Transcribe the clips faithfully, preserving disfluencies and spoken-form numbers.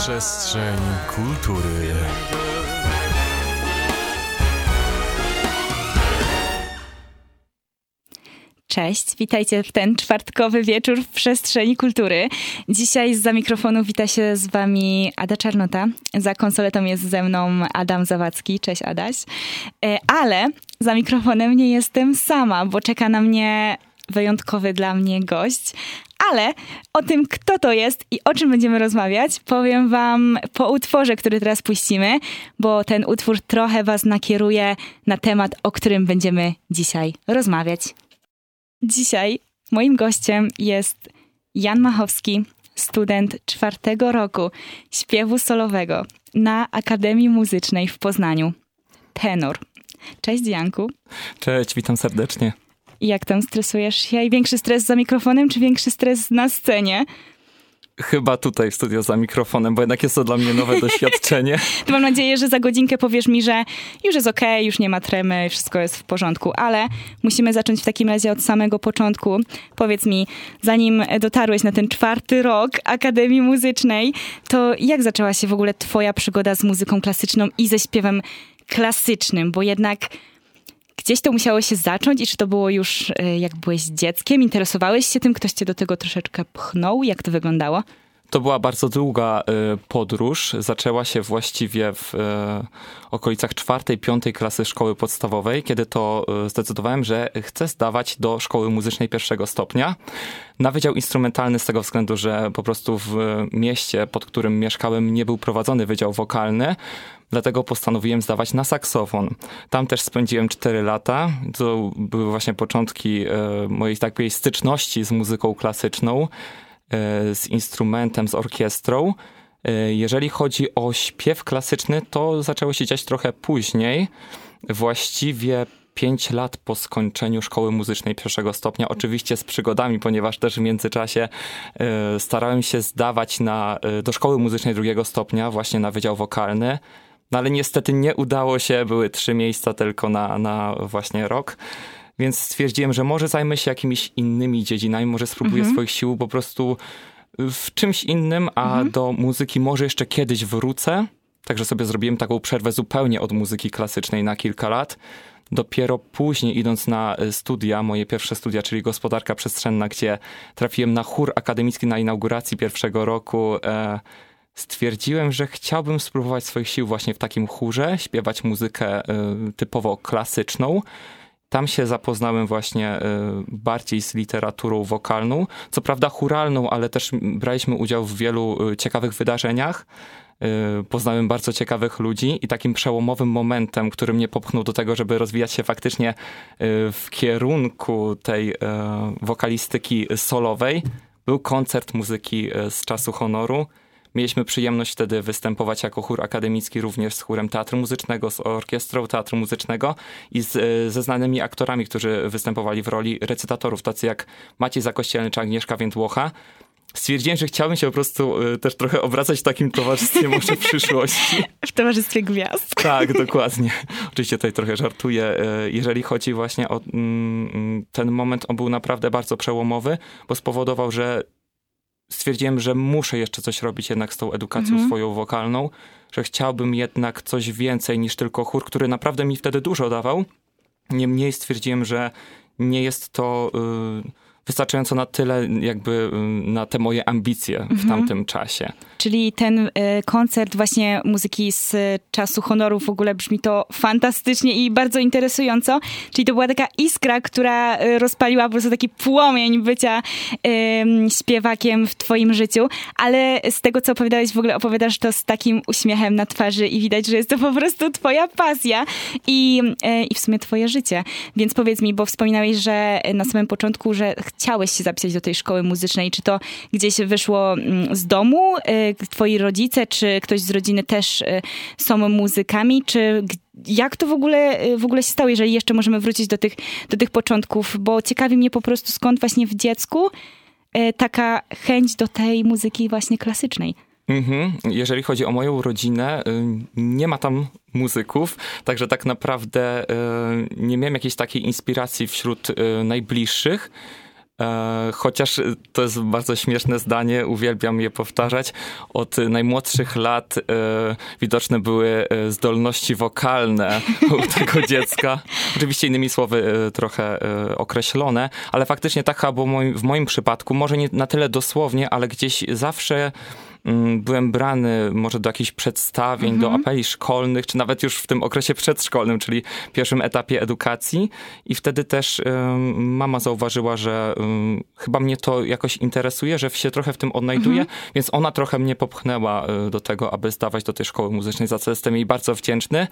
Przestrzeń kultury. Cześć, witajcie w ten czwartkowy wieczór w Przestrzeni Kultury. Dzisiaj zza mikrofonu wita się z wami Ada Czarnota. Za konsoletą jest ze mną Adam Zawadzki. Cześć, Adaś. Ale za mikrofonem nie jestem sama, bo czeka na mnie wyjątkowy dla mnie gość. Ale o tym, kto to jest i o czym będziemy rozmawiać, powiem wam po utworze, który teraz puścimy, bo ten utwór trochę was nakieruje na temat, o którym będziemy dzisiaj rozmawiać. Dzisiaj moim gościem jest Jan Machowski, student czwartego roku śpiewu solowego na Akademii Muzycznej w Poznaniu. Tenor. Cześć, Janku. Cześć, witam serdecznie. Jak tam, stresujesz się? I większy stres za mikrofonem, czy większy stres na scenie? Chyba tutaj w studio za mikrofonem, bo jednak jest to dla mnie nowe doświadczenie. To mam nadzieję, że za godzinkę powiesz mi, że już jest okej, okay, już nie ma tremy, wszystko jest w porządku, ale musimy zacząć w takim razie od samego początku. Powiedz mi, zanim dotarłeś na ten czwarty rok Akademii Muzycznej, to jak zaczęła się w ogóle twoja przygoda z muzyką klasyczną i ze śpiewem klasycznym? Bo jednak gdzieś to musiało się zacząć i czy to było już jak byłeś dzieckiem? Interesowałeś się tym? Ktoś cię do tego troszeczkę pchnął? Jak to wyglądało? To była bardzo długa y, podróż. Zaczęła się właściwie w y, okolicach czwartej, piątej klasy szkoły podstawowej, kiedy to y, zdecydowałem, że chcę zdawać do szkoły muzycznej pierwszego stopnia na wydział instrumentalny z tego względu, że po prostu w mieście, pod którym mieszkałem, nie był prowadzony wydział wokalny. Dlatego postanowiłem zdawać na saksofon. Tam też spędziłem cztery lata. To były właśnie początki y, mojej takiej styczności z muzyką klasyczną, z instrumentem, z orkiestrą. Jeżeli chodzi o śpiew klasyczny, to zaczęło się dziać trochę później. Właściwie pięć lat po skończeniu szkoły muzycznej pierwszego stopnia. Oczywiście z przygodami, ponieważ też w międzyczasie starałem się zdawać na, do szkoły muzycznej drugiego stopnia, właśnie na wydział wokalny. No ale niestety nie udało się. Były trzy miejsca tylko na, na właśnie rok. Więc stwierdziłem, że może zajmę się jakimiś innymi dziedzinami, może spróbuję mhm. swoich sił po prostu w czymś innym, a mhm. do muzyki może jeszcze kiedyś wrócę. Także sobie zrobiłem taką przerwę zupełnie od muzyki klasycznej na kilka lat. Dopiero później, idąc na studia, moje pierwsze studia, czyli gospodarka przestrzenna, gdzie trafiłem na chór akademicki na inauguracji pierwszego roku, e, stwierdziłem, że chciałbym spróbować swoich sił właśnie w takim chórze, śpiewać muzykę e, typowo klasyczną. Tam się zapoznałem właśnie y, bardziej z literaturą wokalną, co prawda chóralną, ale też braliśmy udział w wielu y, ciekawych wydarzeniach. Y, poznałem bardzo ciekawych ludzi i takim przełomowym momentem, który mnie popchnął do tego, żeby rozwijać się faktycznie y, w kierunku tej y, wokalistyki solowej, był koncert muzyki y, z Czasu Honoru. Mieliśmy przyjemność wtedy występować jako chór akademicki również z chórem Teatru Muzycznego, z orkiestrą Teatru Muzycznego i z, ze znanymi aktorami, którzy występowali w roli recytatorów, tacy jak Maciej Zakościelny czy Agnieszka Więdłocha. Stwierdziłem, że chciałbym się po prostu y, też trochę obracać w takim towarzystwie może w przyszłości. W towarzystwie gwiazd. Tak, dokładnie. Oczywiście tutaj trochę żartuję. Y, jeżeli chodzi właśnie o y, ten moment, on był naprawdę bardzo przełomowy, bo spowodował, że stwierdziłem, że muszę jeszcze coś robić jednak z tą edukacją mhm. swoją wokalną, że chciałbym jednak coś więcej niż tylko chór, który naprawdę mi wtedy dużo dawał. Niemniej stwierdziłem, że nie jest to y, wystarczająco na tyle jakby y, na te moje ambicje mhm. w tamtym czasie. Czyli ten y, koncert właśnie muzyki z Czasu Honoru, w ogóle brzmi to fantastycznie i bardzo interesująco. Czyli to była taka iskra, która y, rozpaliła po prostu taki płomień bycia y, śpiewakiem w twoim życiu. Ale z tego, co opowiadałeś, w ogóle opowiadasz to z takim uśmiechem na twarzy i widać, że jest to po prostu twoja pasja i, y, i w sumie twoje życie. Więc powiedz mi, bo wspominałeś, że na samym początku, że chciałeś się zapisać do tej szkoły muzycznej. Czy to gdzieś wyszło z domu? Twoi rodzice, czy ktoś z rodziny też są muzykami? Czy jak to w ogóle, w ogóle się stało, jeżeli jeszcze możemy wrócić do tych, do tych początków? Bo ciekawi mnie po prostu, skąd właśnie w dziecku taka chęć do tej muzyki właśnie klasycznej. Mhm. Jeżeli chodzi o moją rodzinę, nie ma tam muzyków, także tak naprawdę nie miałem jakiejś takiej inspiracji wśród najbliższych. E, chociaż to jest bardzo śmieszne zdanie, uwielbiam je powtarzać. Od najmłodszych lat e, widoczne były zdolności wokalne u tego dziecka. Oczywiście innymi słowy e, trochę e, określone, ale faktycznie tak chyba było moim, w moim przypadku. Może nie na tyle dosłownie, ale gdzieś zawsze byłem brany może do jakichś przedstawień, mm-hmm. do apeli szkolnych, czy nawet już w tym okresie przedszkolnym, czyli pierwszym etapie edukacji. I wtedy też um, mama zauważyła, że um, chyba mnie to jakoś interesuje, że się trochę w tym odnajduję, mm-hmm. więc ona trochę mnie popchnęła y, do tego, aby zdawać do tej szkoły muzycznej, za co jestem jej bardzo wdzięczny.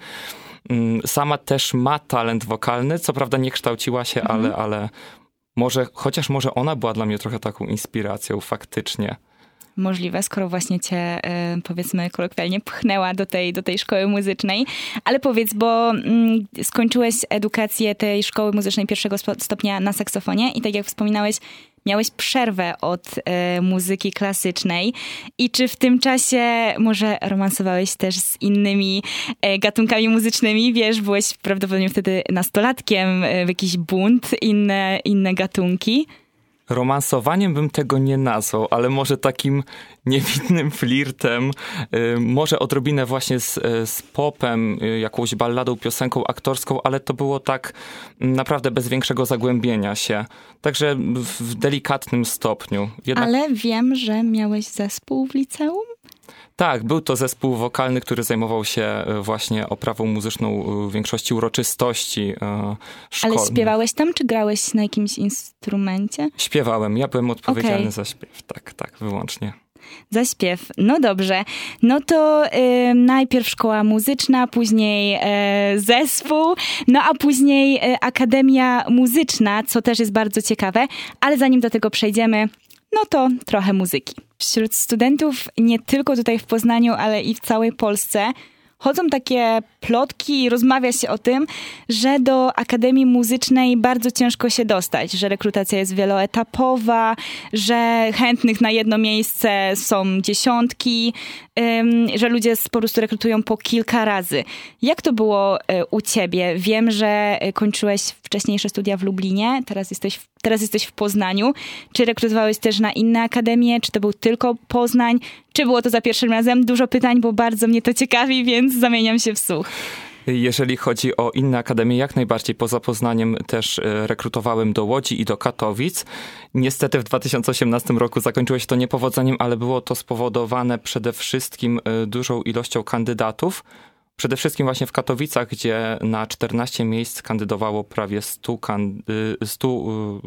Um, sama też ma talent wokalny, co prawda nie kształciła się, mm-hmm. ale, ale może, chociaż może ona była dla mnie trochę taką inspiracją faktycznie. Możliwe, skoro właśnie cię, powiedzmy kolokwialnie, pchnęła do tej, do tej szkoły muzycznej. Ale powiedz, bo mm, skończyłeś edukację tej szkoły muzycznej pierwszego stopnia na saksofonie i tak jak wspominałeś, miałeś przerwę od e, muzyki klasycznej. I czy w tym czasie może romansowałeś też z innymi e, gatunkami muzycznymi? Wiesz, byłeś prawdopodobnie wtedy nastolatkiem, e, w jakiś bunt, inne, inne gatunki? Romansowaniem bym tego nie nazwał, ale może takim niewinnym flirtem, y, może odrobinę właśnie z, z popem, y, jakąś balladą, piosenką aktorską, ale to było tak naprawdę bez większego zagłębienia się. Także w, w delikatnym stopniu. Jednak... Ale wiem, że miałeś zespół w liceum? Tak, był to zespół wokalny, który zajmował się właśnie oprawą muzyczną w większości uroczystości szkolnych. Ale śpiewałeś tam, czy grałeś na jakimś instrumencie? Śpiewałem, ja byłem odpowiedzialny okay. za śpiew, tak, tak, wyłącznie. Za śpiew, no dobrze. No to y, najpierw szkoła muzyczna, później y, zespół, no a później y, Akademia Muzyczna, co też jest bardzo ciekawe, ale zanim do tego przejdziemy, no to trochę muzyki. Wśród studentów nie tylko tutaj w Poznaniu, ale i w całej Polsce chodzą takie plotki i rozmawia się o tym, że do Akademii Muzycznej bardzo ciężko się dostać, że rekrutacja jest wieloetapowa, że chętnych na jedno miejsce są dziesiątki, ym, że ludzie po prostu rekrutują po kilka razy. Jak to było y, u ciebie? Wiem, że kończyłeś wcześniejsze studia w Lublinie, teraz jesteś w, teraz jesteś w Poznaniu. Czy rekrutowałeś też na inne akademie? Czy to był tylko Poznań? Czy było to za pierwszym razem? Dużo pytań, bo bardzo mnie to ciekawi, więc zamieniam się w słuch. Jeżeli chodzi o inne akademie, jak najbardziej poza Poznaniem też rekrutowałem do Łodzi i do Katowic. Niestety w dwa tysiące osiemnastym roku zakończyło się to niepowodzeniem, ale było to spowodowane przede wszystkim dużą ilością kandydatów. Przede wszystkim właśnie w Katowicach, gdzie na czternaście miejsc kandydowało prawie stu, kan- stu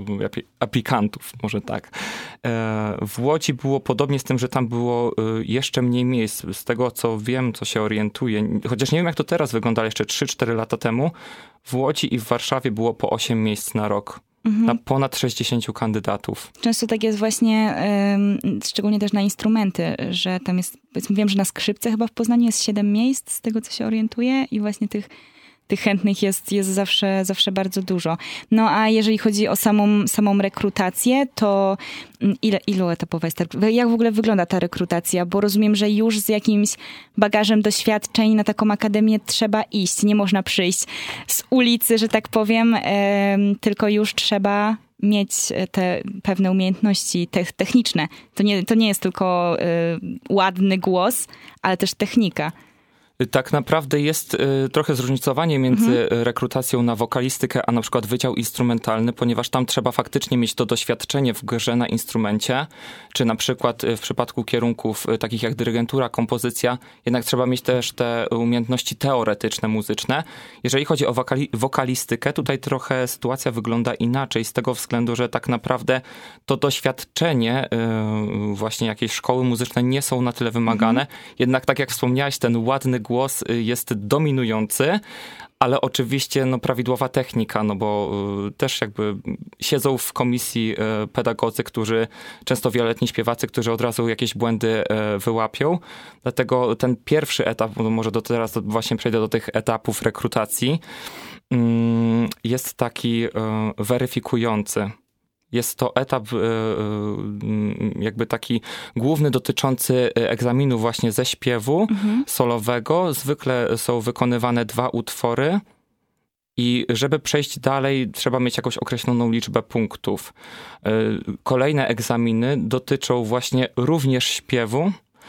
aplikantów, może tak. W Łodzi było podobnie z tym, że tam było jeszcze mniej miejsc. Z tego, co wiem, co się orientuję, chociaż nie wiem, jak to teraz wygląda, jeszcze trzy cztery lata temu, w Łodzi i w Warszawie było po osiem miejsc na rok. Mhm. Na ponad sześćdziesięciu kandydatów. Często tak jest właśnie, ym, szczególnie też na instrumenty, że tam jest, wiem, że na skrzypce chyba w Poznaniu jest siedem miejsc, z tego co się orientuję i właśnie tych, tych chętnych jest, jest zawsze, zawsze bardzo dużo. No a jeżeli chodzi o samą, samą rekrutację, to ile, ilu etapowa jest? Jak w ogóle wygląda ta rekrutacja? Bo rozumiem, że już z jakimś bagażem doświadczeń na taką akademię trzeba iść. Nie można przyjść z ulicy, że tak powiem, tylko już trzeba mieć te pewne umiejętności te, techniczne. To nie, to nie jest tylko ładny głos, ale też technika. Tak naprawdę jest y, trochę zróżnicowanie między mhm. rekrutacją na wokalistykę, a na przykład wydział instrumentalny, ponieważ tam trzeba faktycznie mieć to doświadczenie w grze na instrumencie, czy na przykład w przypadku kierunków y, takich jak dyrygentura, kompozycja, jednak trzeba mieć też te umiejętności teoretyczne, muzyczne. Jeżeli chodzi o wokali- wokalistykę, tutaj trochę sytuacja wygląda inaczej, z tego względu, że tak naprawdę to doświadczenie y, właśnie jakiejś szkoły muzyczne nie są na tyle wymagane, mhm. jednak tak jak wspomniałeś, ten ładny głos jest dominujący, ale oczywiście no, prawidłowa technika, no bo y, też jakby siedzą w komisji y, pedagodzy, którzy, często wieloletni śpiewacy, którzy od razu jakieś błędy y, wyłapią. Dlatego ten pierwszy etap, no może do teraz właśnie przejdę do tych etapów rekrutacji, y, jest taki y, weryfikujący. Jest to etap jakby taki główny dotyczący egzaminu właśnie ze śpiewu mhm. solowego. Zwykle są wykonywane dwa utwory I żeby przejść dalej, trzeba mieć jakąś określoną liczbę punktów. Kolejne egzaminy dotyczą właśnie również śpiewu,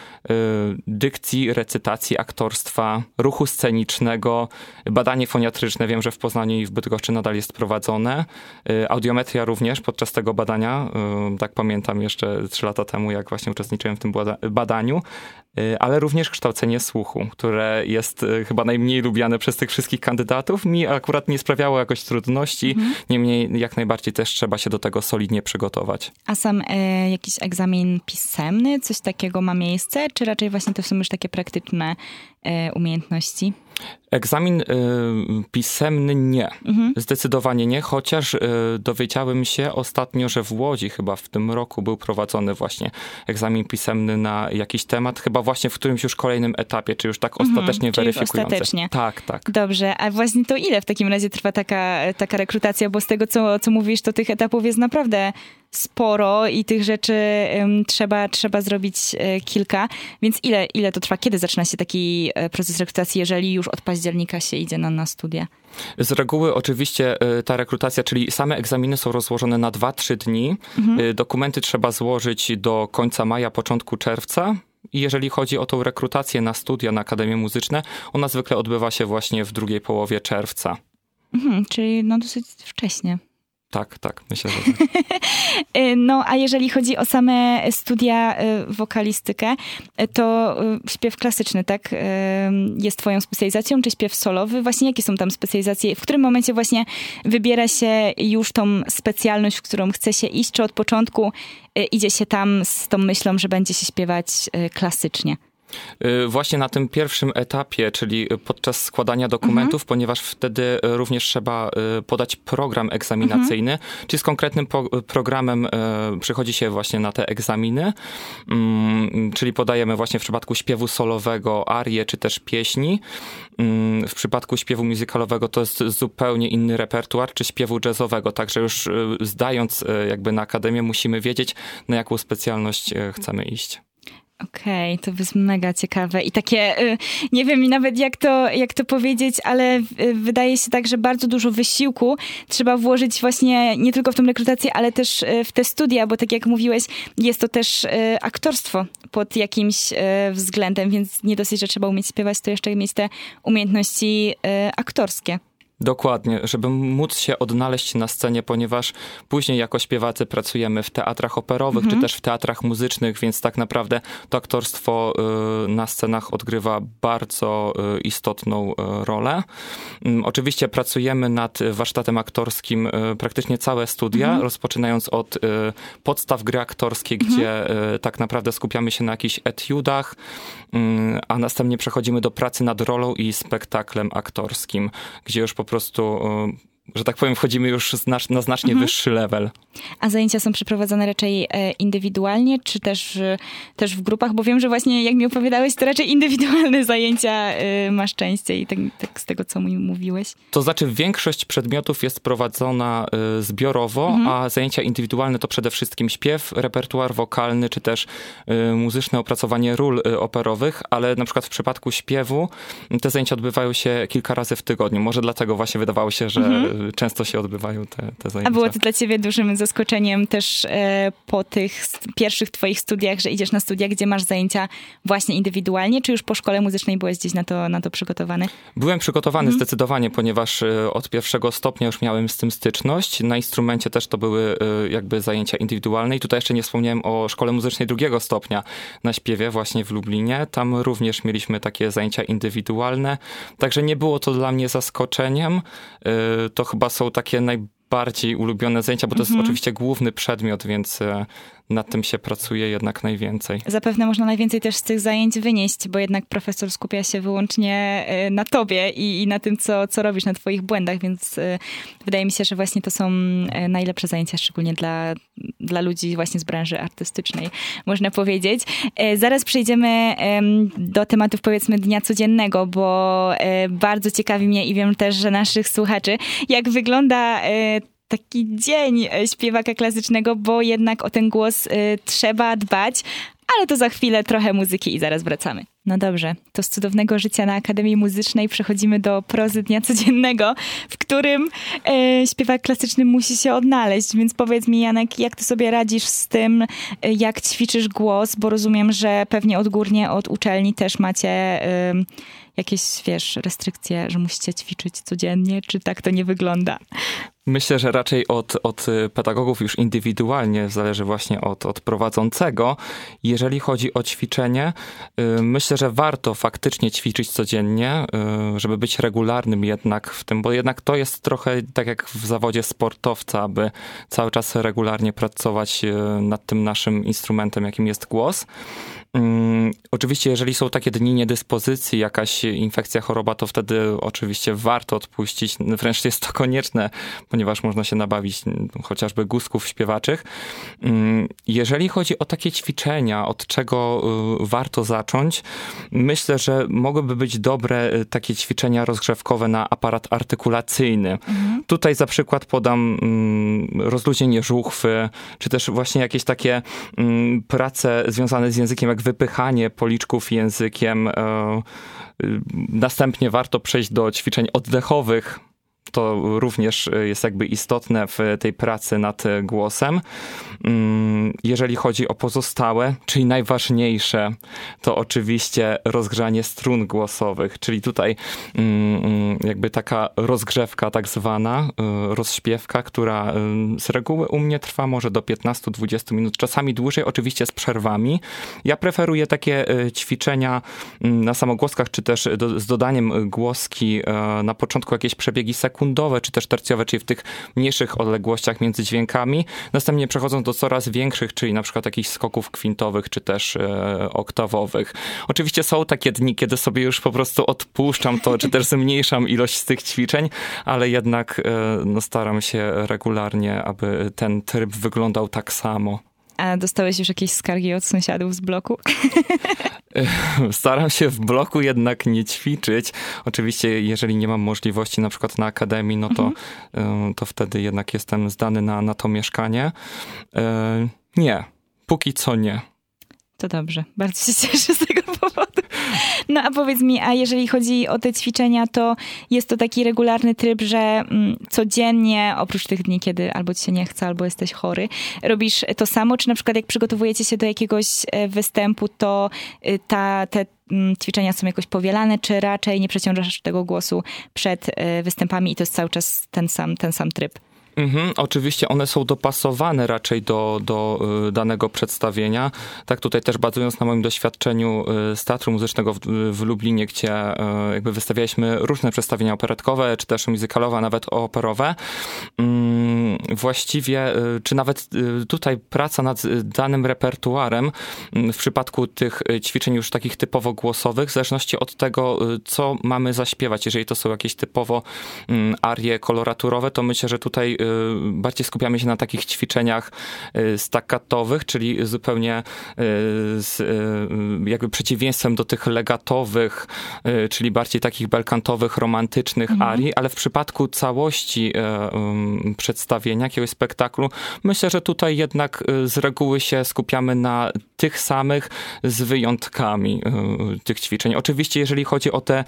dykcji, recytacji, aktorstwa, ruchu scenicznego, badanie foniatryczne. Wiem, że w Poznaniu i w Bydgoszczy nadal jest prowadzone. Audiometria również podczas tego badania. Tak pamiętam jeszcze trzy lata temu, jak właśnie uczestniczyłem w tym badaniu. Ale również kształcenie słuchu, które jest chyba najmniej lubiane przez tych wszystkich kandydatów. Mi akurat nie sprawiało jakoś trudności. Mhm. Niemniej jak najbardziej też trzeba się do tego solidnie przygotować. A sam e, jakiś egzamin pisemny, coś takiego ma miejsce? Czy raczej właśnie to są już takie praktyczne e, umiejętności? Egzamin y, pisemny nie. Mhm. Zdecydowanie nie, chociaż y, dowiedziałem się ostatnio, że w Łodzi chyba w tym roku był prowadzony właśnie egzamin pisemny na jakiś temat, chyba właśnie w którymś już kolejnym etapie, czy już tak ostatecznie mhm, weryfikujący. Ostatecznie. Tak, tak. Dobrze, a właśnie to ile w takim razie trwa taka, taka rekrutacja? Bo z tego, co, co mówisz, to tych etapów jest naprawdę sporo i tych rzeczy um, trzeba, trzeba zrobić e, kilka. Więc ile, ile to trwa? Kiedy zaczyna się taki e, proces rekrutacji, jeżeli już od października się idzie na, na studia? Z reguły oczywiście e, ta rekrutacja, czyli same egzaminy są rozłożone na dwa trzy dni. Mhm. E, dokumenty trzeba złożyć do końca maja, początku czerwca. I jeżeli chodzi o tą rekrutację na studia, na Akademie Muzyczne, ona zwykle odbywa się właśnie w drugiej połowie czerwca. Mhm, czyli no dosyć wcześnie. Tak, tak, myślę, że tak. No, a jeżeli chodzi o same studia wokalistykę, to śpiew klasyczny, tak? Jest twoją specjalizacją, czy śpiew solowy? Właśnie jakie są tam specjalizacje? W którym momencie właśnie wybiera się już tą specjalność, w którą chce się iść? Czy od początku idzie się tam z tą myślą, że będzie się śpiewać klasycznie? Właśnie na tym pierwszym etapie, czyli podczas składania dokumentów, mhm. ponieważ wtedy również trzeba podać program egzaminacyjny, mhm. czyli z konkretnym po- programem przychodzi się właśnie na te egzaminy, czyli podajemy właśnie w przypadku śpiewu solowego arię, czy też pieśni. W przypadku śpiewu musicalowego to jest zupełnie inny repertuar, czy śpiewu jazzowego, także już zdając jakby na akademię musimy wiedzieć, na jaką specjalność chcemy iść. Okej, okay, to jest mega ciekawe i takie, nie wiem nawet jak to, jak to powiedzieć, ale wydaje się tak, że bardzo dużo wysiłku trzeba włożyć właśnie nie tylko w tą rekrutację, ale też w te studia, bo tak jak mówiłeś, jest to też aktorstwo pod jakimś względem, więc nie dosyć, że trzeba umieć śpiewać, to jeszcze mieć te umiejętności aktorskie. Dokładnie, żeby móc się odnaleźć na scenie, ponieważ później jako śpiewacy pracujemy w teatrach operowych, mhm. czy też w teatrach muzycznych, więc tak naprawdę to aktorstwo na scenach odgrywa bardzo istotną rolę. Oczywiście pracujemy nad warsztatem aktorskim praktycznie całe studia, mhm. rozpoczynając od podstaw gry aktorskiej, mhm. gdzie tak naprawdę skupiamy się na jakichś etiudach, a następnie przechodzimy do pracy nad rolą i spektaklem aktorskim, gdzie już po prostu, że tak powiem, wchodzimy już na znacznie mhm. wyższy level. A zajęcia są przeprowadzane raczej indywidualnie, czy też, też w grupach? Bo wiem, że właśnie jak mi opowiadałeś, to raczej indywidualne zajęcia masz częściej, i tak, tak z tego, co mi mówiłeś. To znaczy większość przedmiotów jest prowadzona zbiorowo, mhm. a zajęcia indywidualne to przede wszystkim śpiew, repertuar wokalny, czy też muzyczne opracowanie ról operowych, ale na przykład w przypadku śpiewu te zajęcia odbywają się kilka razy w tygodniu. Może dlatego właśnie wydawało się, że mhm. często się odbywają te, te zajęcia. A było to dla ciebie dużym zaskoczeniem też e, po tych pierwszych twoich studiach, że idziesz na studia, gdzie masz zajęcia właśnie indywidualnie, czy już po szkole muzycznej byłeś gdzieś na to, na to przygotowany? Byłem przygotowany mhm. zdecydowanie, ponieważ e, od pierwszego stopnia już miałem z tym styczność. Na instrumencie też to były e, jakby zajęcia indywidualne i tutaj jeszcze nie wspomniałem o szkole muzycznej drugiego stopnia na śpiewie właśnie w Lublinie. Tam również mieliśmy takie zajęcia indywidualne, także nie było to dla mnie zaskoczeniem. E, to chyba są takie najbardziej ulubione zajęcia, bo to mhm. jest oczywiście główny przedmiot, więc nad tym się pracuje jednak najwięcej. Zapewne można najwięcej też z tych zajęć wynieść, bo jednak profesor skupia się wyłącznie na tobie i, i na tym, co, co robisz, na twoich błędach, więc wydaje mi się, że właśnie to są najlepsze zajęcia, szczególnie dla, dla ludzi właśnie z branży artystycznej, można powiedzieć. Zaraz przejdziemy do tematów, powiedzmy, dnia codziennego, bo bardzo ciekawi mnie i wiem też, że naszych słuchaczy, jak wygląda taki dzień śpiewaka klasycznego, bo jednak o ten głos y, trzeba dbać. Ale to za chwilę trochę muzyki i zaraz wracamy. No dobrze, to z cudownego życia na Akademii Muzycznej przechodzimy do prozy dnia codziennego, w którym e, śpiewak klasyczny musi się odnaleźć. Więc powiedz mi, Janek, jak ty sobie radzisz z tym, e, jak ćwiczysz głos? Bo rozumiem, że pewnie odgórnie od uczelni też macie e, jakieś, wiesz, restrykcje, że musicie ćwiczyć codziennie, czy tak to nie wygląda? Myślę, że raczej od, od pedagogów już indywidualnie, zależy właśnie od, od prowadzącego. Jeżeli chodzi o ćwiczenie, myślę, że warto faktycznie ćwiczyć codziennie, żeby być regularnym jednak w tym, bo jednak to jest trochę tak jak w zawodzie sportowca, aby cały czas regularnie pracować nad tym naszym instrumentem, jakim jest głos. Um, oczywiście, jeżeli są takie dni niedyspozycji, jakaś infekcja, choroba, to wtedy oczywiście warto odpuścić. Wręcz jest to konieczne, ponieważ można się nabawić chociażby guzków śpiewaczych. Um, jeżeli chodzi o takie ćwiczenia, od czego y, warto zacząć, myślę, że mogłyby być dobre y, takie ćwiczenia rozgrzewkowe na aparat artykulacyjny. Mhm. Tutaj za przykład podam y, rozluźnienie żuchwy, czy też właśnie jakieś takie y, prace związane z językiem, jak wypychanie policzków językiem. Następnie warto przejść do ćwiczeń oddechowych. To również jest jakby istotne w tej pracy nad głosem. Jeżeli chodzi o pozostałe, czyli najważniejsze, to oczywiście rozgrzanie strun głosowych, czyli tutaj jakby taka rozgrzewka tak zwana, rozśpiewka, która z reguły u mnie trwa może do piętnastu do dwudziestu minut, czasami dłużej, oczywiście z przerwami. Ja preferuję takie ćwiczenia na samogłoskach, czy też do, z dodaniem głoski na początku jakieś przebiegi sekundowe, czy też tercjowe, czyli w tych mniejszych odległościach między dźwiękami, następnie przechodząc do coraz większych, czyli na przykład jakichś skoków kwintowych, czy też e, oktawowych. Oczywiście są takie dni, kiedy sobie już po prostu odpuszczam to, czy też zmniejszam ilość z tych ćwiczeń, ale jednak e, no, staram się regularnie, aby ten tryb wyglądał tak samo. A dostałeś już jakieś skargi od sąsiadów z bloku? Staram się w bloku jednak nie ćwiczyć. Oczywiście, jeżeli nie mam możliwości na przykład na akademii, no to, mhm. to wtedy jednak jestem zdany na, na to mieszkanie. Nie, póki co nie. To dobrze, bardzo się cieszę z tego powodu. No a powiedz mi, a jeżeli chodzi o te ćwiczenia, to jest to taki regularny tryb, że mm, codziennie, oprócz tych dni, kiedy albo ci się nie chce, albo jesteś chory, robisz to samo? Czy na przykład jak przygotowujecie się do jakiegoś występu, to ta, te mm, ćwiczenia są jakoś powielane, czy raczej nie przeciążasz tego głosu przed występami i to jest cały czas ten sam, ten sam tryb? Mhm, oczywiście one są dopasowane raczej do, do y, danego przedstawienia. Tak tutaj też bazując na moim doświadczeniu y, z Teatru Muzycznego w, w Lublinie, gdzie y, jakby wystawialiśmy różne przedstawienia operetkowe, czy też muzykalowe, a nawet operowe. Y, właściwie, y, czy nawet y, tutaj praca nad danym repertuarem y, w przypadku tych ćwiczeń już takich typowo głosowych, w zależności od tego, y, co mamy zaśpiewać. Jeżeli to są jakieś typowo y, arie koloraturowe, to myślę, że tutaj bardziej skupiamy się na takich ćwiczeniach staccatowych, czyli zupełnie z jakby przeciwieństwem do tych legatowych, czyli bardziej takich belkantowych, romantycznych mhm. arii, ale w przypadku całości przedstawienia, jakiegoś spektaklu, myślę, że tutaj jednak z reguły się skupiamy na tych samych z wyjątkami tych ćwiczeń. Oczywiście, jeżeli chodzi o te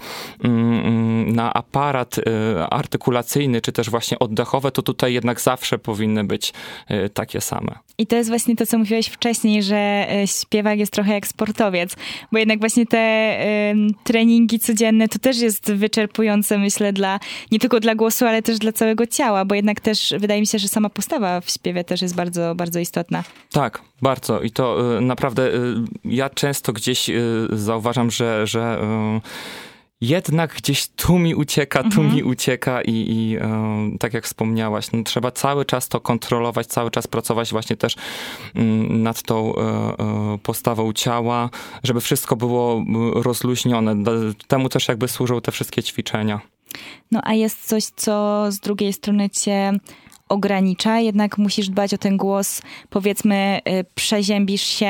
na aparat artykulacyjny, czy też właśnie oddechowe, to tutaj jednak zawsze powinny być takie same. I to jest właśnie to, co mówiłeś wcześniej, że śpiewak jest trochę jak sportowiec, bo jednak właśnie te y, treningi codzienne to też jest wyczerpujące, myślę, dla nie tylko dla głosu, ale też dla całego ciała, bo jednak też wydaje mi się, że sama postawa w śpiewie też jest bardzo, bardzo istotna. Tak, bardzo. I to y, naprawdę y, ja często gdzieś y, zauważam, że, że y, jednak gdzieś tu mi ucieka, tu mhm. mi ucieka i, i e, tak jak wspomniałaś, no, trzeba cały czas to kontrolować, cały czas pracować właśnie też m, nad tą e, e, postawą ciała, żeby wszystko było rozluźnione. Temu też jakby służą te wszystkie ćwiczenia. No a jest coś, co z drugiej strony cię ogranicza, jednak musisz dbać o ten głos, powiedzmy, przeziębisz się,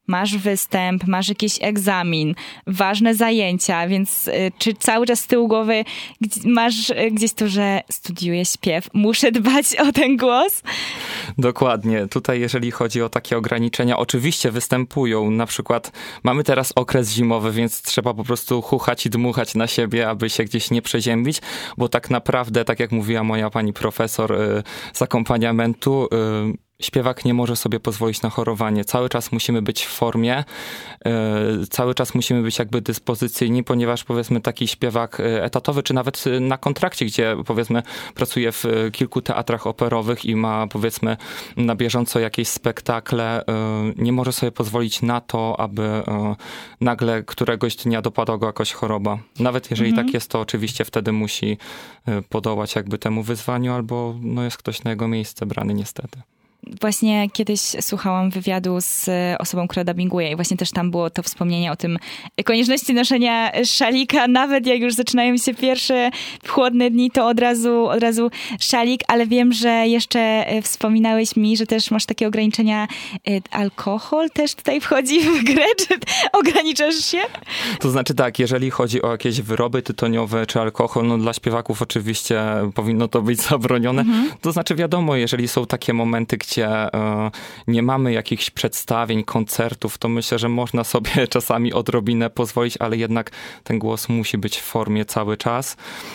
masz występ, masz jakiś egzamin, ważne zajęcia, więc y, czy cały czas z tyłu głowy masz y, gdzieś to, że studiuję śpiew, muszę dbać o ten głos? Dokładnie. Tutaj jeżeli chodzi o takie ograniczenia, oczywiście występują. Na przykład mamy teraz okres zimowy, więc trzeba po prostu chuchać i dmuchać na siebie, aby się gdzieś nie przeziębić, bo tak naprawdę, tak jak mówiła moja pani profesor y, z akompaniamentu, y, śpiewak nie może sobie pozwolić na chorowanie. Cały czas musimy być w formie, yy, cały czas musimy być jakby dyspozycyjni, ponieważ powiedzmy taki śpiewak etatowy, czy nawet na kontrakcie, gdzie powiedzmy pracuje w kilku teatrach operowych i ma powiedzmy na bieżąco jakieś spektakle, yy, nie może sobie pozwolić na to, aby yy, nagle któregoś dnia dopadła go jakaś choroba. Nawet jeżeli mhm. tak jest, to oczywiście wtedy musi yy, podołać jakby temu wyzwaniu, albo no, jest ktoś na jego miejsce brany niestety. Właśnie kiedyś słuchałam wywiadu z osobą, która dubbinguje i właśnie też tam było to wspomnienie o tym konieczności noszenia szalika, nawet jak już zaczynają się pierwsze chłodne dni, to od razu, od razu szalik, ale wiem, że jeszcze wspominałeś mi, że też masz takie ograniczenia. Alkohol też tutaj wchodzi w grę, czy ograniczasz się? To znaczy tak, jeżeli chodzi o jakieś wyroby tytoniowe czy alkohol, no dla śpiewaków oczywiście powinno to być zabronione. Mhm. To znaczy wiadomo, jeżeli są takie momenty, gdzie nie mamy jakichś przedstawień, koncertów, to myślę, że można sobie czasami odrobinę pozwolić, ale jednak ten głos musi być w formie cały czas.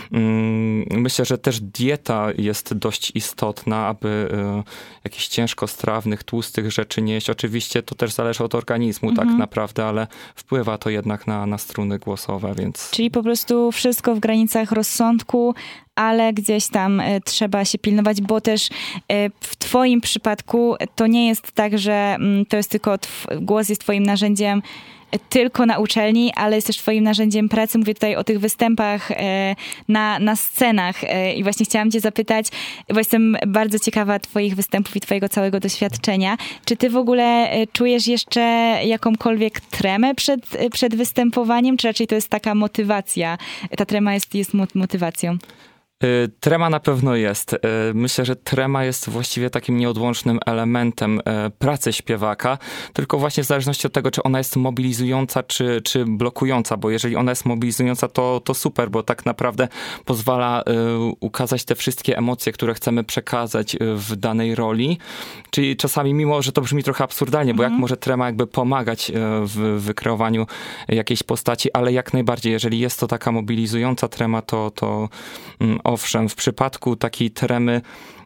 Myślę, że też dieta jest dość istotna, aby jakichś ciężkostrawnych, tłustych rzeczy nie jeść. Oczywiście to też zależy od organizmu mhm. tak naprawdę, ale wpływa to jednak na, na struny głosowe, więc... Czyli po prostu wszystko w granicach rozsądku, ale gdzieś tam y, trzeba się pilnować, bo też y, w twoim przypadku to nie jest tak, że y, to jest tylko tw- głos jest twoim narzędziem y, tylko na uczelni, ale jest też twoim narzędziem pracy. Mówię tutaj o tych występach y, na, na scenach y, i właśnie chciałam cię zapytać, bo jestem bardzo ciekawa twoich występów i twojego całego doświadczenia. Czy ty w ogóle y, czujesz jeszcze jakąkolwiek tremę przed, y, przed występowaniem, czy raczej to jest taka motywacja? Ta trema jest, jest motywacją? Trema na pewno jest. Myślę, że trema jest właściwie takim nieodłącznym elementem pracy śpiewaka, tylko właśnie w zależności od tego, czy ona jest mobilizująca, czy, czy blokująca, bo jeżeli ona jest mobilizująca, to, to super, bo tak naprawdę pozwala ukazać te wszystkie emocje, które chcemy przekazać w danej roli. Czyli czasami, mimo że to brzmi trochę absurdalnie, bo mhm. jak może trema jakby pomagać w wykreowaniu jakiejś postaci, ale jak najbardziej, jeżeli jest to taka mobilizująca trema, to, to owszem, w przypadku takiej tremy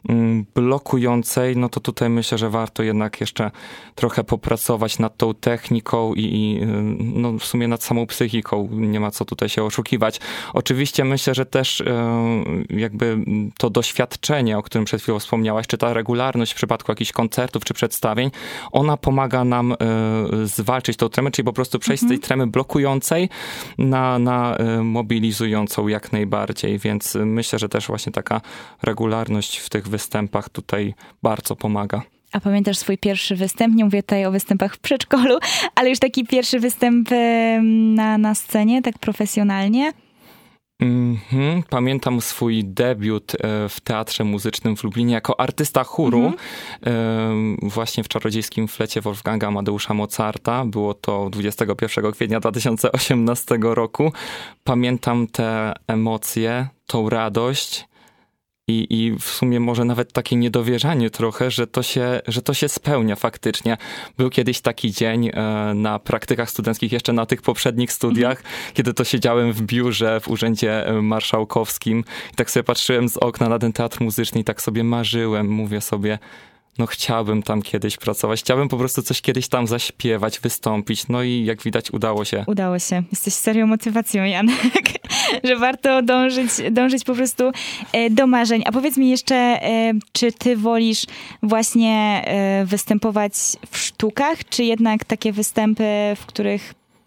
blokującej, no to tutaj myślę, że warto jednak jeszcze trochę popracować nad tą techniką i, i no w sumie nad samą psychiką. Nie ma co tutaj się oszukiwać. Oczywiście myślę, że też jakby to doświadczenie, o którym przed chwilą wspomniałaś, czy ta regularność w przypadku jakichś koncertów czy przedstawień, ona pomaga nam zwalczyć tą tremę, czyli po prostu przejść mhm. z tej tremy blokującej na, na mobilizującą jak najbardziej, więc myślę, że też właśnie taka regularność w tych występach tutaj bardzo pomaga. A pamiętasz swój pierwszy występ? Nie mówię tutaj o występach w przedszkolu, ale już taki pierwszy występ na, na scenie, tak profesjonalnie? Mm-hmm. Pamiętam swój debiut w Teatrze Muzycznym w Lublinie jako artysta chóru, mm-hmm. właśnie w Czarodziejskim Flecie Wolfganga Amadeusza Mozarta. Było to dwudziestego pierwszego kwietnia dwa tysiące osiemnastego roku. Pamiętam te emocje, tą radość. I, I w sumie może nawet takie niedowierzanie trochę, że to się, że to się spełnia faktycznie. Był kiedyś taki dzień e, na praktykach studenckich, jeszcze na tych poprzednich studiach, mm-hmm. kiedy to siedziałem w biurze w Urzędzie Marszałkowskim i tak sobie patrzyłem z okna na ten teatr muzyczny i tak sobie marzyłem, mówię sobie, no chciałbym tam kiedyś pracować, chciałbym po prostu coś kiedyś tam zaśpiewać, wystąpić, no i jak widać udało się. Udało się. Jesteś serio motywacją, Janek, że warto dążyć, dążyć po prostu do marzeń. A powiedz mi jeszcze, czy ty wolisz właśnie występować w sztukach, czy jednak takie występy, w których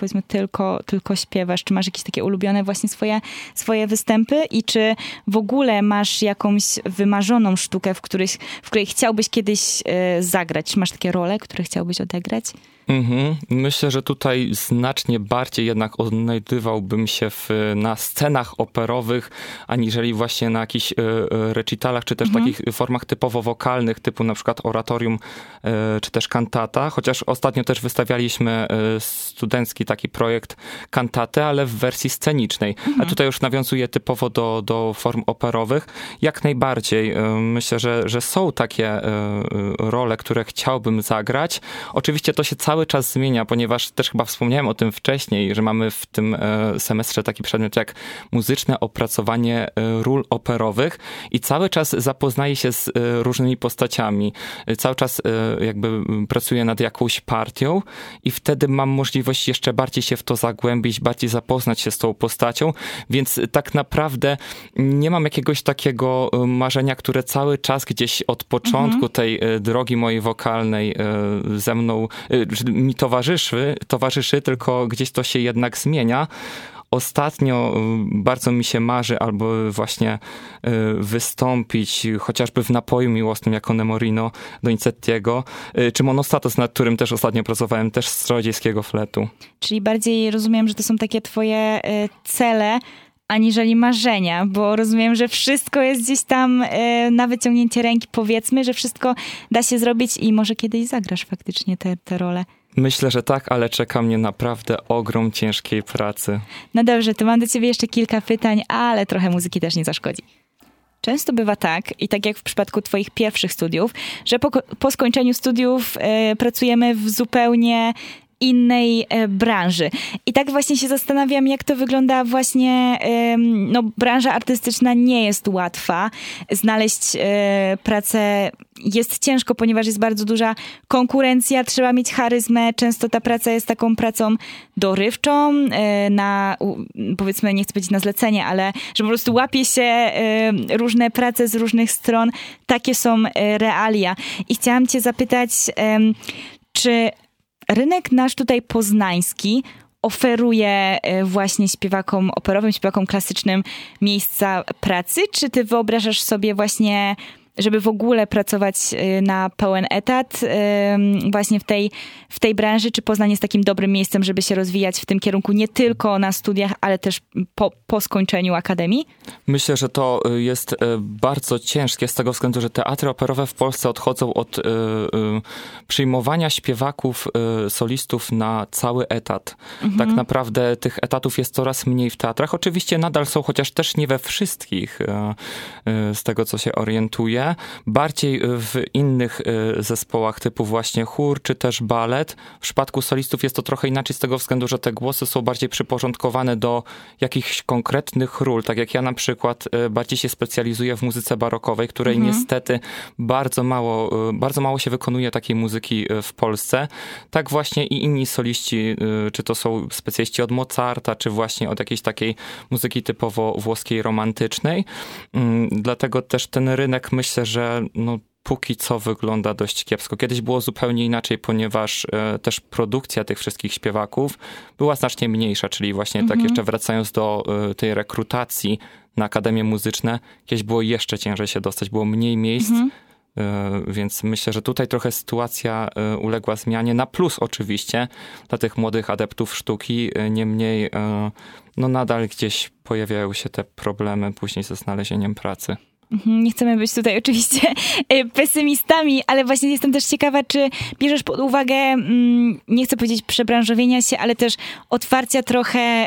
powiedzmy tylko, tylko śpiewasz? Czy masz jakieś takie ulubione właśnie swoje, swoje występy i czy w ogóle masz jakąś wymarzoną sztukę, w, których, w której chciałbyś kiedyś e, zagrać? Czy masz takie role, które chciałbyś odegrać? Mhm. Myślę, że tutaj znacznie bardziej jednak odnajdywałbym się w, na scenach operowych, aniżeli właśnie na jakichś y, y, recitalach, czy też mhm. takich formach typowo wokalnych, typu na przykład oratorium, y, czy też kantata. Chociaż ostatnio też wystawialiśmy y, studencki taki projekt kantaty, ale w wersji scenicznej. Mhm. A tutaj już nawiązuję typowo do, do form operowych. Jak najbardziej. Y, myślę, że, że są takie y, role, które chciałbym zagrać. Oczywiście to się cały czas zmienia, ponieważ też chyba wspomniałem o tym wcześniej, że mamy w tym semestrze taki przedmiot jak muzyczne opracowanie ról operowych i cały czas zapoznaję się z różnymi postaciami. Cały czas jakby pracuję nad jakąś partią i wtedy mam możliwość jeszcze bardziej się w to zagłębić, bardziej zapoznać się z tą postacią, więc tak naprawdę nie mam jakiegoś takiego marzenia, które cały czas gdzieś od początku mhm. tej drogi mojej wokalnej ze mną mi towarzyszy, towarzyszy, tylko gdzieś to się jednak zmienia. Ostatnio bardzo mi się marzy albo właśnie wystąpić chociażby w Napoju Miłosnym jako Nemorino Donizettiego, czy Monostatos, nad którym też ostatnio pracowałem, też z czarodziejskiego fletu. Czyli bardziej rozumiem, że to są takie twoje cele, aniżeli marzenia, bo rozumiem, że wszystko jest gdzieś tam e, na wyciągnięcie ręki, powiedzmy, że wszystko da się zrobić i może kiedyś zagrasz faktycznie te, te role. Myślę, że tak, ale czeka mnie naprawdę ogrom ciężkiej pracy. No dobrze, to mam do ciebie jeszcze kilka pytań, ale trochę muzyki też nie zaszkodzi. Często bywa tak, i tak jak w przypadku twoich pierwszych studiów, że po, po skończeniu studiów e, pracujemy w zupełnie innej e, branży. I tak właśnie się zastanawiam, jak to wygląda właśnie, e, no branża artystyczna nie jest łatwa. Znaleźć e, pracę jest ciężko, ponieważ jest bardzo duża konkurencja, trzeba mieć charyzmę. Często ta praca jest taką pracą dorywczą, e, na, powiedzmy, nie chcę powiedzieć na zlecenie, ale że po prostu łapie się e, różne prace z różnych stron. Takie są e, realia. I chciałam cię zapytać, e, czy rynek nasz tutaj poznański oferuje właśnie śpiewakom operowym, śpiewakom klasycznym miejsca pracy? Czy ty wyobrażasz sobie właśnie, żeby w ogóle pracować na pełen etat właśnie w tej, w tej branży? Czy Poznań jest takim dobrym miejscem, żeby się rozwijać w tym kierunku nie tylko na studiach, ale też po, po skończeniu akademii? Myślę, że to jest bardzo ciężkie z tego względu, że teatry operowe w Polsce odchodzą od y, y, przyjmowania śpiewaków, y, solistów na cały etat. Mhm. Tak naprawdę tych etatów jest coraz mniej w teatrach. Oczywiście nadal są, chociaż też nie we wszystkich, y, y, z tego co się orientuję. Bardziej w innych zespołach typu właśnie chór, czy też balet. W przypadku solistów jest to trochę inaczej z tego względu, że te głosy są bardziej przyporządkowane do jakichś konkretnych ról. Tak jak ja na przykład bardziej się specjalizuję w muzyce barokowej, której mhm. niestety bardzo mało, bardzo mało się wykonuje takiej muzyki w Polsce. Tak właśnie i inni soliści, czy to są specjaliści od Mozarta, czy właśnie od jakiejś takiej muzyki typowo włoskiej romantycznej. Dlatego też ten rynek, myślę, Myślę, że no, póki co wygląda dość kiepsko. Kiedyś było zupełnie inaczej, ponieważ e, też produkcja tych wszystkich śpiewaków była znacznie mniejsza, czyli właśnie mhm. tak jeszcze wracając do e, tej rekrutacji na akademie muzyczne, kiedyś było jeszcze ciężej się dostać, było mniej miejsc, mhm. e, więc myślę, że tutaj trochę sytuacja e, uległa zmianie, na plus oczywiście dla tych młodych adeptów sztuki, e, niemniej e, no nadal gdzieś pojawiają się te problemy później ze znalezieniem pracy. Nie chcemy być tutaj oczywiście pesymistami, ale właśnie jestem też ciekawa, czy bierzesz pod uwagę, nie chcę powiedzieć przebranżowienia się, ale też otwarcia trochę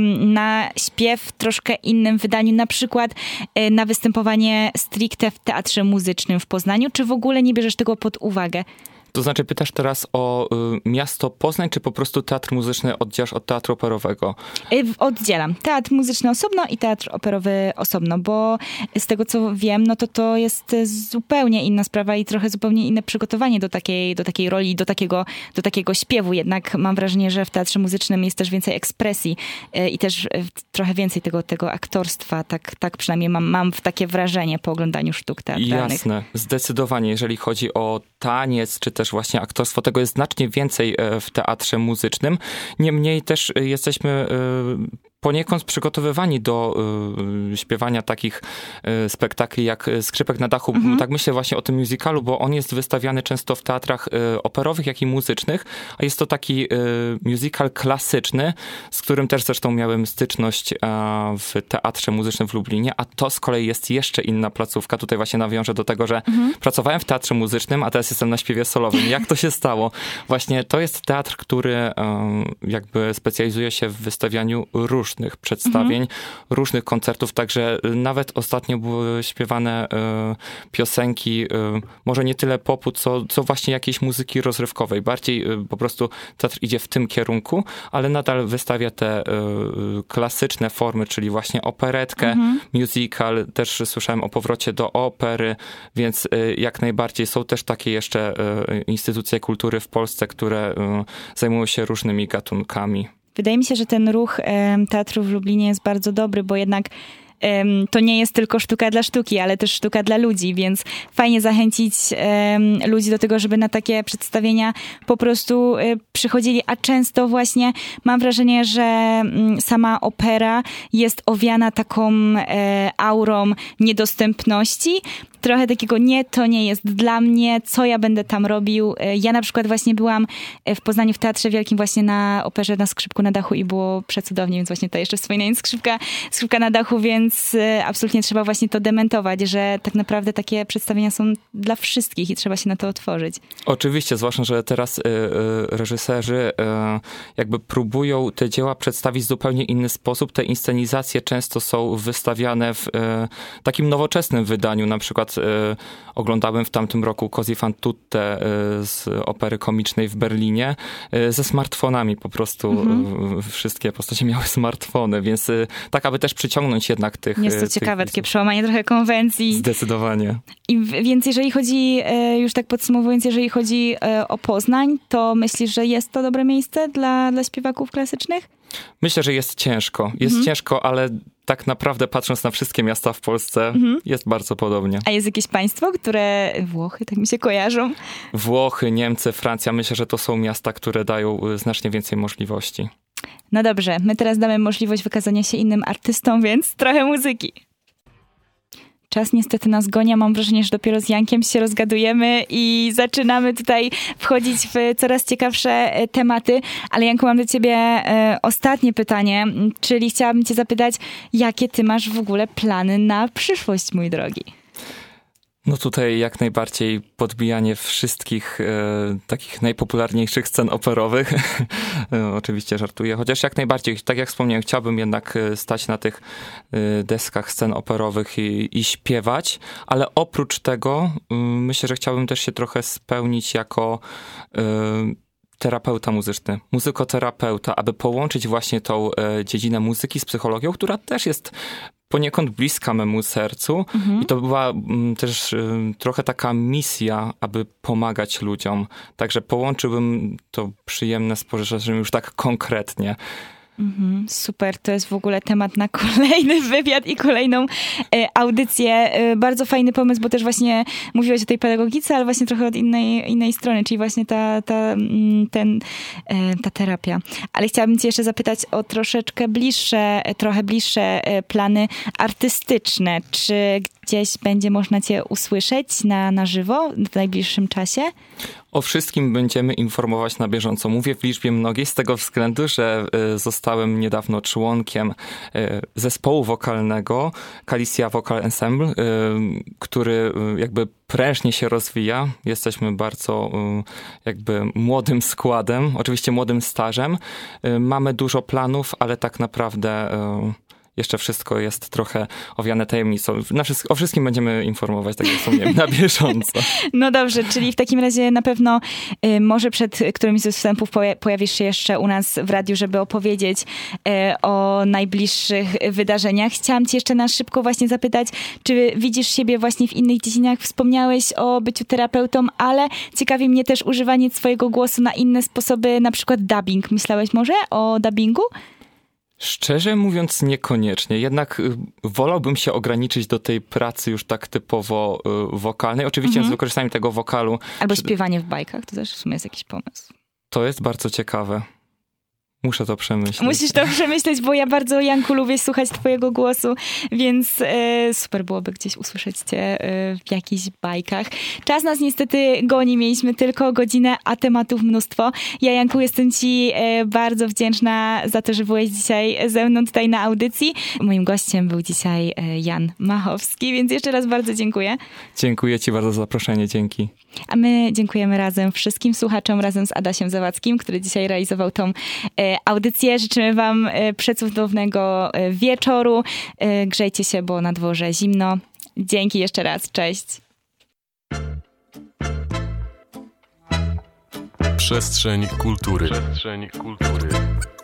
na śpiew w troszkę innym wydaniu, na przykład na występowanie stricte w teatrze muzycznym w Poznaniu, czy w ogóle nie bierzesz tego pod uwagę? To znaczy pytasz teraz o y, miasto Poznań, czy po prostu teatr muzyczny oddzielasz od teatru operowego? Oddzielam. Teatr muzyczny osobno i teatr operowy osobno, bo z tego co wiem, no to to jest zupełnie inna sprawa i trochę zupełnie inne przygotowanie do takiej, do takiej roli, do takiego, do takiego śpiewu. Jednak mam wrażenie, że w teatrze muzycznym jest też więcej ekspresji i też trochę więcej tego, tego aktorstwa. Tak, tak przynajmniej mam, mam takie wrażenie po oglądaniu sztuk teatralnych. Jasne. Zdecydowanie. Jeżeli chodzi o taniec, czy też właśnie aktorstwo, tego jest znacznie więcej w teatrze muzycznym. Niemniej też jesteśmy poniekąd przygotowywani do y, śpiewania takich y, spektakli jak Skrzypek na dachu. Mhm. Tak myślę właśnie o tym musicalu, bo on jest wystawiany często w teatrach y, operowych, jak i muzycznych, a jest to taki y, musical klasyczny, z którym też zresztą miałem styczność y, w Teatrze Muzycznym w Lublinie, a to z kolei jest jeszcze inna placówka. Tutaj właśnie nawiążę do tego, że mhm. pracowałem w Teatrze Muzycznym, a teraz jestem na śpiewie solowym. Jak to się stało? Właśnie to jest teatr, który y, jakby specjalizuje się w wystawianiu różnych różnych przedstawień, mhm. różnych koncertów, także nawet ostatnio były śpiewane y, piosenki, y, może nie tyle popu, co, co właśnie jakiejś muzyki rozrywkowej. Bardziej y, po prostu teatr idzie w tym kierunku, ale nadal wystawia te y, klasyczne formy, czyli właśnie operetkę, mhm. musical, też słyszałem o powrocie do opery, więc y, jak najbardziej są też takie jeszcze y, instytucje kultury w Polsce, które y, zajmują się różnymi gatunkami. Wydaje mi się, że ten ruch um, teatru w Lublinie jest bardzo dobry, bo jednak um, to nie jest tylko sztuka dla sztuki, ale też sztuka dla ludzi, więc fajnie zachęcić um, ludzi do tego, żeby na takie przedstawienia po prostu um, przychodzili, a często właśnie mam wrażenie, że um, sama opera jest owiana taką um, aurą niedostępności, trochę takiego nie, to nie jest dla mnie, co ja będę tam robił. Ja na przykład właśnie byłam w Poznaniu w Teatrze Wielkim właśnie na operze na Skrzypku na dachu i było przecudownie, więc właśnie to jeszcze wspominając skrzypka, skrzypka na dachu, więc absolutnie trzeba właśnie to dementować, że tak naprawdę takie przedstawienia są dla wszystkich i trzeba się na to otworzyć. Oczywiście, zwłaszcza, że teraz y, y, reżyserzy y, jakby próbują te dzieła przedstawić w zupełnie inny sposób. Te inscenizacje często są wystawiane w y, takim nowoczesnym wydaniu, na przykład y, oglądałem w tamtym roku Così fan tutte y, z opery komicznej w Berlinie y, ze smartfonami po prostu. Mhm. Y, wszystkie postacie miały smartfony, więc y, tak, aby też przyciągnąć jednak tych... Jest to tych, ciekawe, tych, takie przełamanie trochę konwencji. Zdecydowanie. I w, więc jeżeli chodzi, y, już tak podsumowując, jeżeli chodzi y, o Poznań, to myślisz, że jest to dobre miejsce dla, dla śpiewaków klasycznych? Myślę, że jest ciężko. Jest mhm. ciężko, ale tak naprawdę patrząc na wszystkie miasta w Polsce, mhm. jest bardzo podobnie. A jest jakieś państwo, które... Włochy, tak mi się kojarzą? Włochy, Niemcy, Francja. Myślę, że to są miasta, które dają znacznie więcej możliwości. No dobrze, my teraz damy możliwość wykazania się innym artystom, więc trochę muzyki. Czas niestety nas goni, mam wrażenie, że dopiero z Jankiem się rozgadujemy i zaczynamy tutaj wchodzić w coraz ciekawsze tematy. Ale Janku, mam do ciebie e, ostatnie pytanie, czyli chciałabym cię zapytać, jakie ty masz w ogóle plany na przyszłość, mój drogi? No tutaj jak najbardziej podbijanie wszystkich e, takich najpopularniejszych scen operowych. e, oczywiście żartuję, chociaż jak najbardziej, tak jak wspomniałem, chciałbym jednak stać na tych e, deskach scen operowych i, i śpiewać, ale oprócz tego y, myślę, że chciałbym też się trochę spełnić jako y, terapeuta muzyczny, muzykoterapeuta, aby połączyć właśnie tą e, dziedzinę muzyki z psychologią, która też jest poniekąd bliska memu sercu. Mhm. I to była m, też y, trochę taka misja, aby pomagać ludziom. Także połączyłbym to przyjemne z pożyczeniem już tak konkretnie. Mhm, super, to jest w ogóle temat na kolejny wywiad i kolejną e, audycję. E, bardzo fajny pomysł, bo też właśnie mówiłaś o tej pedagogice, ale właśnie trochę od innej, innej strony, czyli właśnie ta, ta, ten, e, ta terapia. Ale chciałabym cię jeszcze zapytać o troszeczkę bliższe, trochę bliższe plany artystyczne. Czy gdzieś będzie można cię usłyszeć na, na żywo w najbliższym czasie? O wszystkim będziemy informować na bieżąco. Mówię w liczbie mnogiej z tego względu, że y, zostałem niedawno członkiem y, zespołu wokalnego Kalicja Vocal Ensemble, y, który y, jakby prężnie się rozwija. Jesteśmy bardzo y, jakby młodym składem, oczywiście młodym stażem. Y, mamy dużo planów, ale tak naprawdę... Y, Jeszcze wszystko jest trochę owiane tajemnicą. Na wszystko, o wszystkim będziemy informować, tak jak wspomniałem, na bieżąco. No dobrze, czyli w takim razie na pewno y, może przed którymś ze wstępów poja- pojawisz się jeszcze u nas w radiu, żeby opowiedzieć y, o najbliższych wydarzeniach. Chciałam cię jeszcze na szybko właśnie zapytać, czy widzisz siebie właśnie w innych dziedzinach? Wspomniałeś o byciu terapeutą, ale ciekawi mnie też używanie swojego głosu na inne sposoby, na przykład dubbing. Myślałeś może o dubbingu? Szczerze mówiąc niekoniecznie, jednak y, wolałbym się ograniczyć do tej pracy już tak typowo y, wokalnej, oczywiście mhm. z wykorzystaniem tego wokalu. Albo śpiewanie w bajkach, to też w sumie jest jakiś pomysł. To jest bardzo ciekawe. Muszę to przemyśleć. Musisz to przemyśleć, bo ja bardzo, Janku, lubię słuchać twojego głosu, więc e, super byłoby gdzieś usłyszeć cię e, w jakichś bajkach. Czas nas niestety goni, mieliśmy tylko godzinę, a tematów mnóstwo. Ja, Janku, jestem ci e, bardzo wdzięczna za to, że byłeś dzisiaj ze mną tutaj na audycji. Moim gościem był dzisiaj e, Jan Machowski, więc jeszcze raz bardzo dziękuję. Dziękuję ci bardzo za zaproszenie, dzięki. A my dziękujemy razem wszystkim słuchaczom, razem z Adasiem Zawadzkim, który dzisiaj realizował tą e, audycję. Życzymy wam e, przecudownego e, wieczoru. E, grzejcie się, bo na dworze zimno. Dzięki jeszcze raz. Cześć. Przestrzeń kultury. Przestrzeń kultury.